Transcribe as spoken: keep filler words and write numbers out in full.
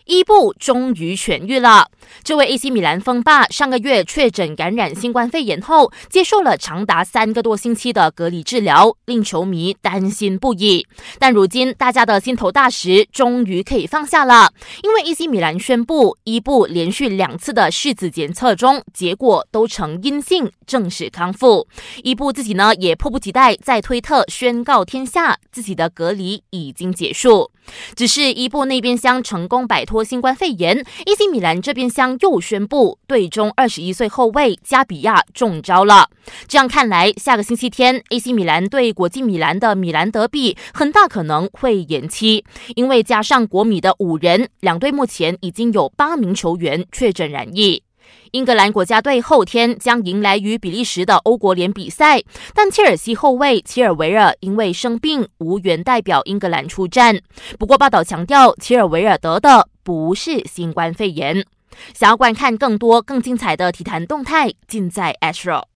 伊布终于痊愈了。这位 A C 米兰锋霸上个月确诊感染新冠肺炎后，接受了长达三个多星期的隔离治疗，令球迷担心不已。但如今大家的心头大石终于可以放下了，因为 A C 米兰宣布伊布连续两次的拭子检测中结果都呈阴性，正式康复。伊布自己呢也迫不及待在推特宣告天下，自己的隔离已经结束。只是伊布那边厢成功摆脱新冠肺炎 ，A C 米兰这边厢又宣布队中二十一岁后卫加比亚中招了。这样看来，下个星期天 A C 米兰对国际米兰的米兰德比很大可能会延期，因为加上国米的五人，两队目前已经有八名球员确诊染疫。英格兰国家队后天将迎来与比利时的欧国联比赛，但切尔西后卫齐尔维尔因为生病无缘代表英格兰出战。不过报道强调，齐尔维尔得的不是新冠肺炎。想要观看更多更精彩的体坛动态，尽在 Astro。